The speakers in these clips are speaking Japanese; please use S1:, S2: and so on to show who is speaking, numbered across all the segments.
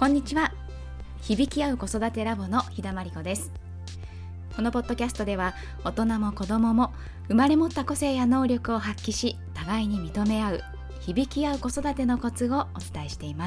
S1: こんにちは。響き合う子育てラボの日田真理子です。このポッドキャストでは、大人も子供も生まれ持った個性や能力を発揮し、互いに認め合う響き合う子育てのコツをお伝えしています。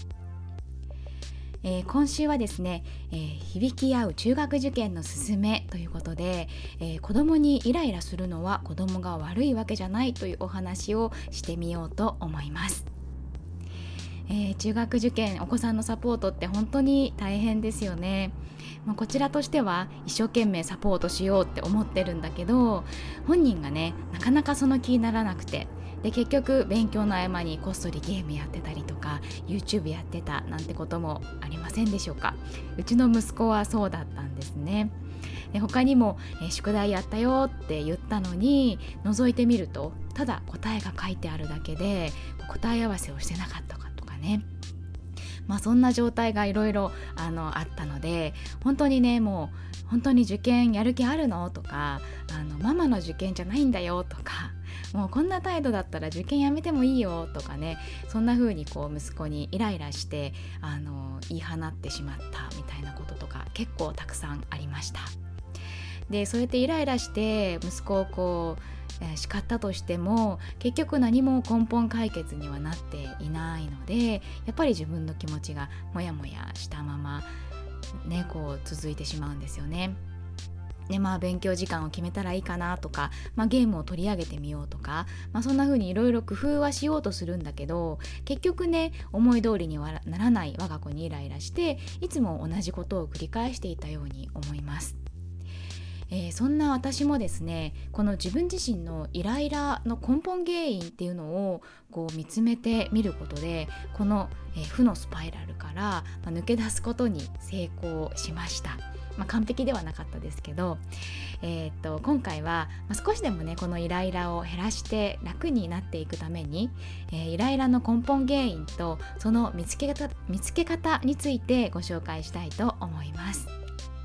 S1: 今週はですね、響き合う中学受験のすすめということで、子供にイライラするのは子供が悪いわけじゃないというお話をしてみようと思います。中学受験、お子さんのサポートって本当に大変ですよね。こちらとしては一生懸命サポートしようって思ってるんだけど、本人がね、なかなかその気にならなくて、で結局勉強の合間にこっそりゲームやってたりとか YouTube やってたなんてこともありませんでしょうか。うちの息子はそうだったんですね。で他にも、宿題やったよって言ったのに、覗いてみるとただ答えが書いてあるだけで答え合わせをしてなかったとかね。そんな状態がいろいろあったので、本当にね、もう本当に受験やる気あるのとか、ママの受験じゃないんだよとか、もうこんな態度だったら受験やめてもいいよとかね、そんな風に息子にイライラして言い放ってしまったみたいなこととか結構たくさんありました。でそうやってイライラして息子を叱ったとしても、結局何も根本解決にはなっていないので、やっぱり自分の気持ちがもやもやしたままね、続いてしまうんですよね。で勉強時間を決めたらいいかなとか、ゲームを取り上げてみようとか、そんな風にいろいろ工夫はしようとするんだけど、結局ね、思い通りにはならない我が子にイライラして、いつも同じことを繰り返していたように思います。そんな私もですね、この自分自身のイライラの根本原因っていうのを見つめてみることで、この、負のスパイラルから、抜け出すことに成功しました。完璧ではなかったですけど、今回は、少しでもね、このイライラを減らして楽になっていくために、イライラの根本原因とその見つけ方についてご紹介したいと思います。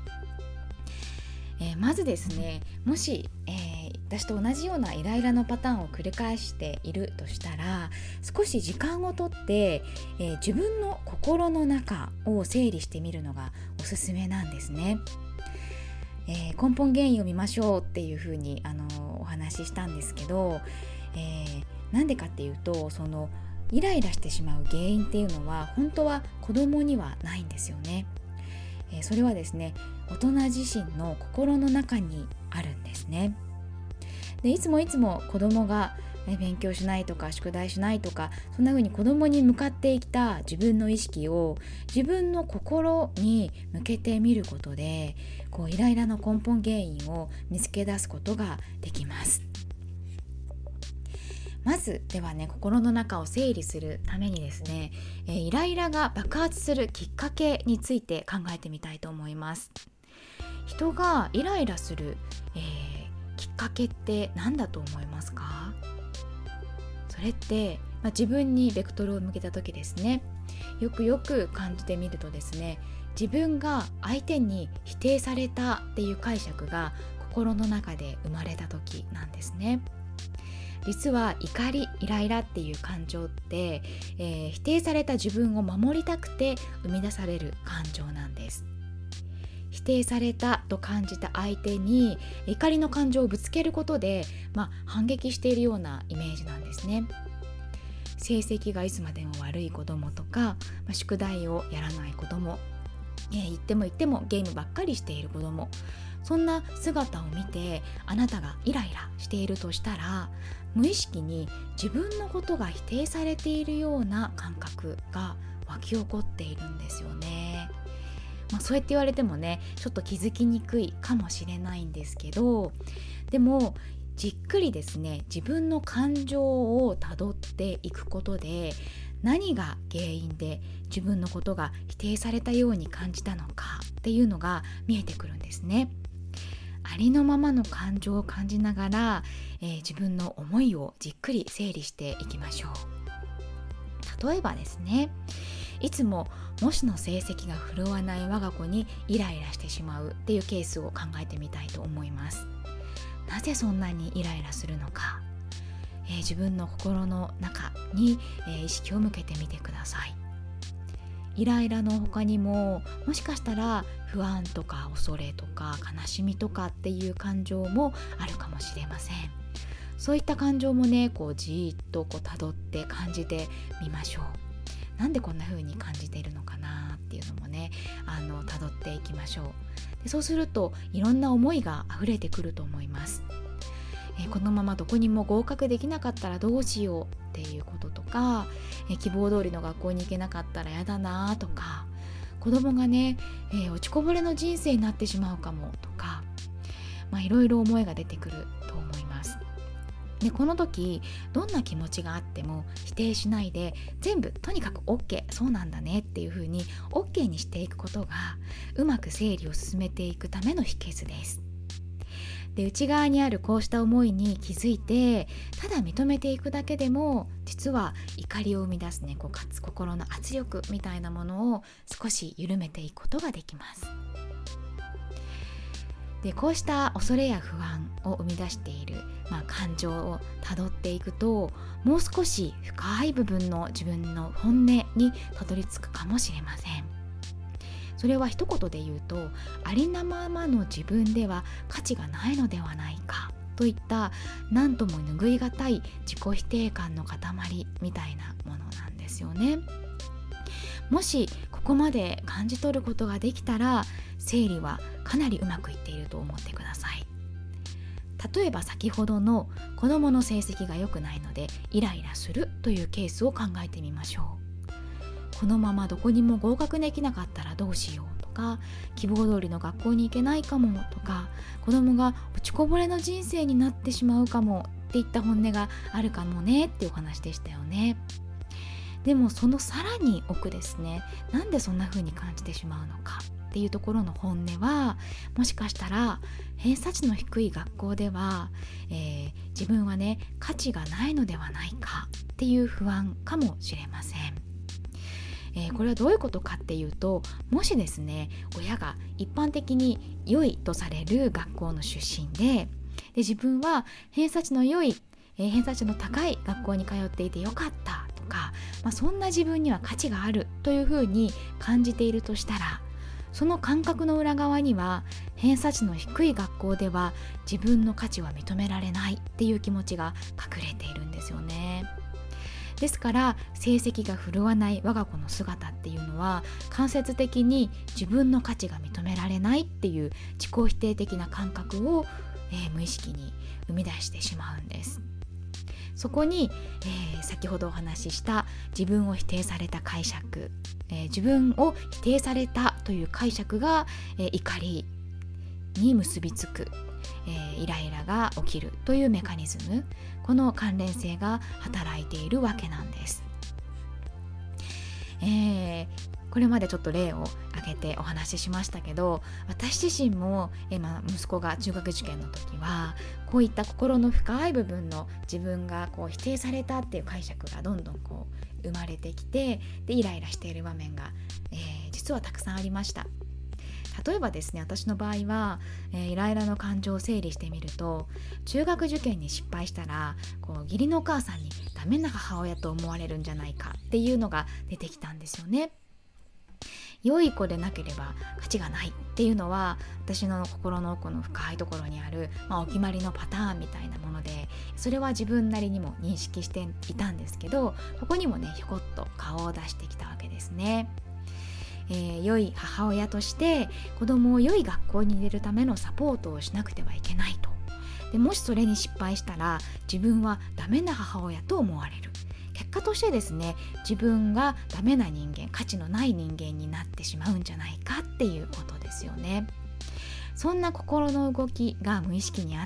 S1: まずですね、もし、私と同じようなイライラのパターンを繰り返しているとしたら、少し時間をとって、自分の心の中を整理してみるのがおすすめなんですね。根本原因を見ましょうっていうふうにお話ししたんですけど、なんでかっていうと、そのイライラしてしまう原因っていうのは本当は子供にはないんですよね。それはですね、大人自身の心の中にあるんですね。でいつも子供が、勉強しないとか宿題しないとか、そんな風に子供に向かってきた自分の意識を自分の心に向けてみることで、イライラの根本原因を見つけ出すことができます。まずではね、心の中を整理するためにですね、イライラが爆発するきっかけについて考えてみたいと思います。人がイライラする、きっかけって何だと思いますか？それって、自分にベクトルを向けた時ですね。よく感じてみるとですね、自分が相手に否定されたっていう解釈が心の中で生まれた時なんですね。実は怒り、イライラっていう感情って、否定された自分を守りたくて生み出される感情なんです。否定されたと感じた相手に怒りの感情をぶつけることで、反撃しているようなイメージなんですね。成績がいつまでも悪い子供とか、宿題をやらない子供、言ってもゲームばっかりしている子供、そんな姿を見てあなたがイライラしているとしたら、無意識に自分のことが否定されているような感覚が湧き起こっているんですよね。そうやって言われてもね、ちょっと気づきにくいかもしれないんですけど、でもじっくりですね、自分の感情をたどっていくことで、何が原因で自分のことが否定されたように感じたのかっていうのが見えてくるんですね。ありのままの感情を感じながら、自分の思いをじっくり整理していきましょう。例えばですね、いつも模試の成績が振るわない我が子にイライラしてしまうっていうケースを考えてみたいと思います。なぜそんなにイライラするのか、自分の心の中に、意識を向けてみてください。 イライラの他にも、もしかしたら不安とか恐れとか悲しみとかっていう感情もあるかもしれません。そういった感情もね、じーっと辿って感じてみましょう。なんでこんな風に感じているのかなっていうのもね、辿っていきましょう。でそうするといろんな思いが溢れてくると思います。このままどこにも合格できなかったらどうしようっていうこととか、希望通りの学校に行けなかったらやだなとか、子供がね、落ちこぼれの人生になってしまうかもとか、いろいろ思いが出てくると思います。でこの時どんな気持ちがあっても否定しないで、全部とにかく OK、 そうなんだねっていう風に OK にしていくことが、うまく整理を進めていくための秘訣です。で内側にあるこうした思いに気づいて、ただ認めていくだけでも、実は怒りを生み出すね、心の圧力みたいなものを少し緩めていくことができます。でこうした恐れや不安を生み出している、感情をたどっていくと、もう少し深い部分の自分の本音にたどり着くかもしれません。それは一言で言うと、ありのままの自分では価値がないのではないかといった何とも拭いがたい自己否定感の塊みたいなものなんですよね。もしここまで感じ取ることができたら、整理はかなりうまくいっていると思ってください。例えば先ほどの子どもの成績が良くないのでイライラするというケースを考えてみましょう。このままどこにも合格できなかったらどうしようとか、希望通りの学校に行けないかもとか、子供が落ちこぼれの人生になってしまうかもっていった本音があるかもねっていうお話でしたよね。でもそのさらに奥ですね、なんでそんな風に感じてしまうのかっていうところの本音は、もしかしたら偏差値の低い学校では、自分はね価値がないのではないかっていう不安かもしれません。これはどういうことかっていうと、もしですね、親が一般的に良いとされる学校の出身で自分は偏差値の良い、偏差値の高い学校に通っていてよかったとか、そんな自分には価値があるというふうに感じているとしたら、その感覚の裏側には、偏差値の低い学校では自分の価値は認められないっていう気持ちが隠れているんですよね。ですから成績が振るわない我が子の姿っていうのは、間接的に自分の価値が認められないっていう自己否定的な感覚を、無意識に生み出してしまうんです。そこに、先ほどお話しした自分を否定された解釈、自分を否定されたという解釈が、怒りに結びつく、イライラが起きるというメカニズム、この関連性が働いているわけなんです。これまでちょっと例を挙げてお話ししましたけど、私自身も、息子が中学受験の時はこういった心の深い部分の自分が否定されたっていう解釈がどんどん生まれてきて、でイライラしている場面が、実はたくさんありました。例えばですね、私の場合は、イライラの感情を整理してみると、中学受験に失敗したら義理のお母さんにダメな母親と思われるんじゃないかっていうのが出てきたんですよね。良い子でなければ価値がないっていうのは、私の心の奥の深いところにある、お決まりのパターンみたいなもので、それは自分なりにも認識していたんですけど、ここにもねひょこっと顔を出してきたわけですね。良い母親として子供を良い学校に入れるためのサポートをしなくてはいけないと。でもしそれに失敗したら自分はダメな母親と思われる。結果としてですね、自分がダメな人間、価値のない人間になってしまうんじゃないかっていうことですよね。そんな心の動きが無意識にあって、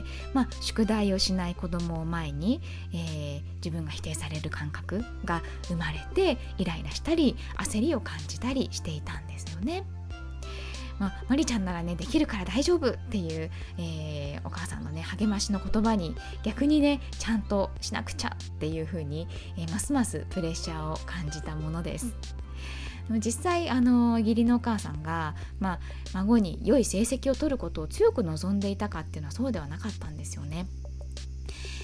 S1: 宿題をしない子供を前に、自分が否定される感覚が生まれて、イライラしたり焦りを感じたりしていたんですよね。マリちゃんならねできるから大丈夫っていう、お母さんのね励ましの言葉に逆にねちゃんとしなくちゃっていう風に、ますますプレッシャーを感じたものです。実際義理のお母さんが、孫に良い成績を取ることを強く望んでいたかっていうのはそうではなかったんですよね。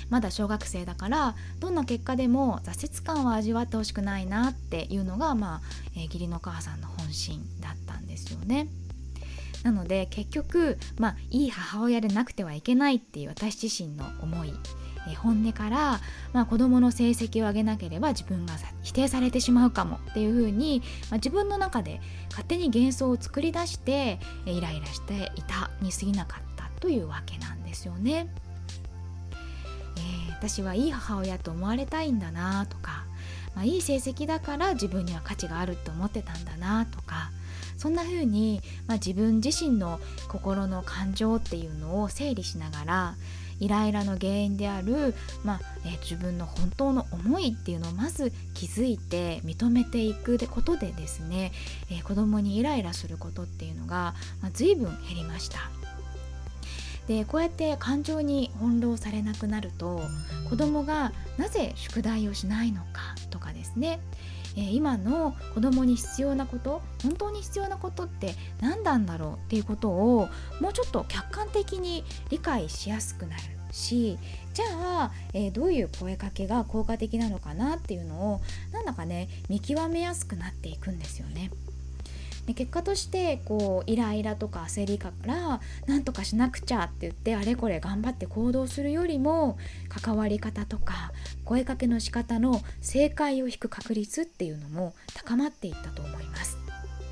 S1: まだ小学生だからどんな結果でも挫折感は味わってほしくないなっていうのが、義理の母さんの本心だったんですよね。なので結局、いい母親でなくてはいけないっていう私自身の思い、本音から、子供の成績を上げなければ自分が否定されてしまうかもっていうふうに、自分の中で勝手に幻想を作り出してイライラしていたに過ぎなかったというわけなんですよね。私はいい母親と思われたいんだなとか、いい成績だから自分には価値があると思ってたんだなとか、そんな風に、自分自身の心の感情っていうのを整理しながら、イライラの原因である、自分の本当の思いっていうのをまず気づいて認めていくことでですね、子供にイライラすることっていうのが、随分減りました。でこうやって感情に翻弄されなくなると、子供がなぜ宿題をしないのかとかですね、今の子供に必要なこと、本当に必要なことって何なんだろうっていうことをもうちょっと客観的に理解しやすくなるし、じゃあ、どういう声かけが効果的なのかなっていうのをなんだかね見極めやすくなっていくんですよね。で結果としてイライラとか焦りからなんとかしなくちゃって言ってあれこれ頑張って行動するよりも、関わり方とか声かけの仕方の正解を引く確率っていうのも高まっていったと思います。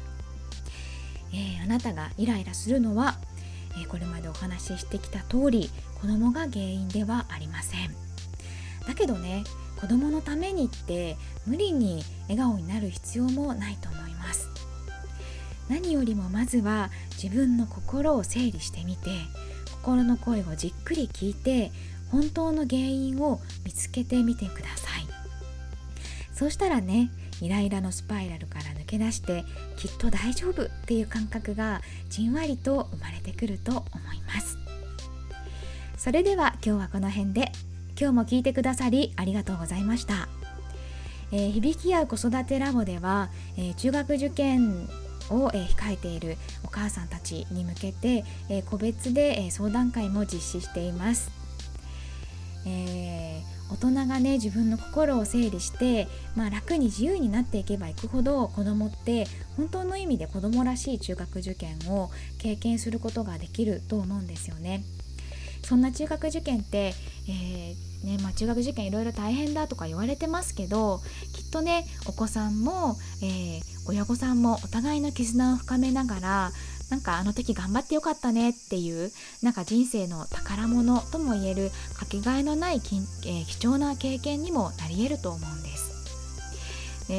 S1: あなたがイライラするのは、これまでお話ししてきた通り子供が原因ではありません。だけどね、子供のためにって無理に笑顔になる必要もないと思います。何よりもまずは自分の心を整理してみて、心の声をじっくり聞いて本当の原因を見つけてみてください。そうしたらね、イライラのスパイラルから抜け出してきっと大丈夫っていう感覚がじんわりと生まれてくると思います。それでは今日はこの辺で。今日も聞いてくださりありがとうございました。響き合う子育てラボでは、中学受験を控えているお母さんたちに向けて個別で相談会も実施しています。大人がね自分の心を整理して、楽に自由になっていけばいくほど、子供って本当の意味で子供らしい中学受験を経験することができると思うんですよね。そんな中学受験って、中学受験いろいろ大変だとか言われてますけど、きっとねお子さんも、親御さんもお互いの絆を深めながら、あの時頑張ってよかったねっていう人生の宝物ともいえるかけがえのない貴重な経験にもなり得ると思うんです。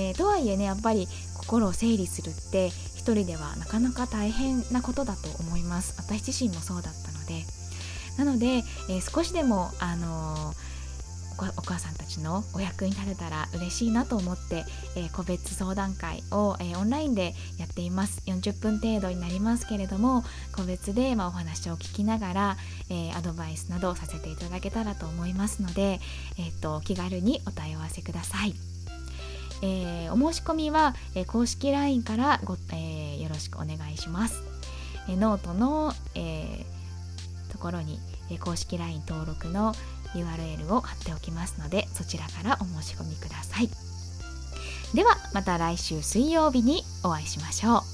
S1: とはいえね、やっぱり心を整理するって一人ではなかなか大変なことだと思います。私自身もそうだったので。なので、少しでもお母さんたちのお役に立てたら嬉しいなと思って、個別相談会を、オンラインでやっています。40分程度になりますけれども、個別で、お話を聞きながら、アドバイスなどをさせていただけたらと思いますので、気軽にお問い合わせください。お申し込みは、公式 LINE からよろしくお願いします。ノートの、ところに公式 LINE 登録の URL を貼っておきますので、そちらからお申し込みください。ではまた来週水曜日にお会いしましょう。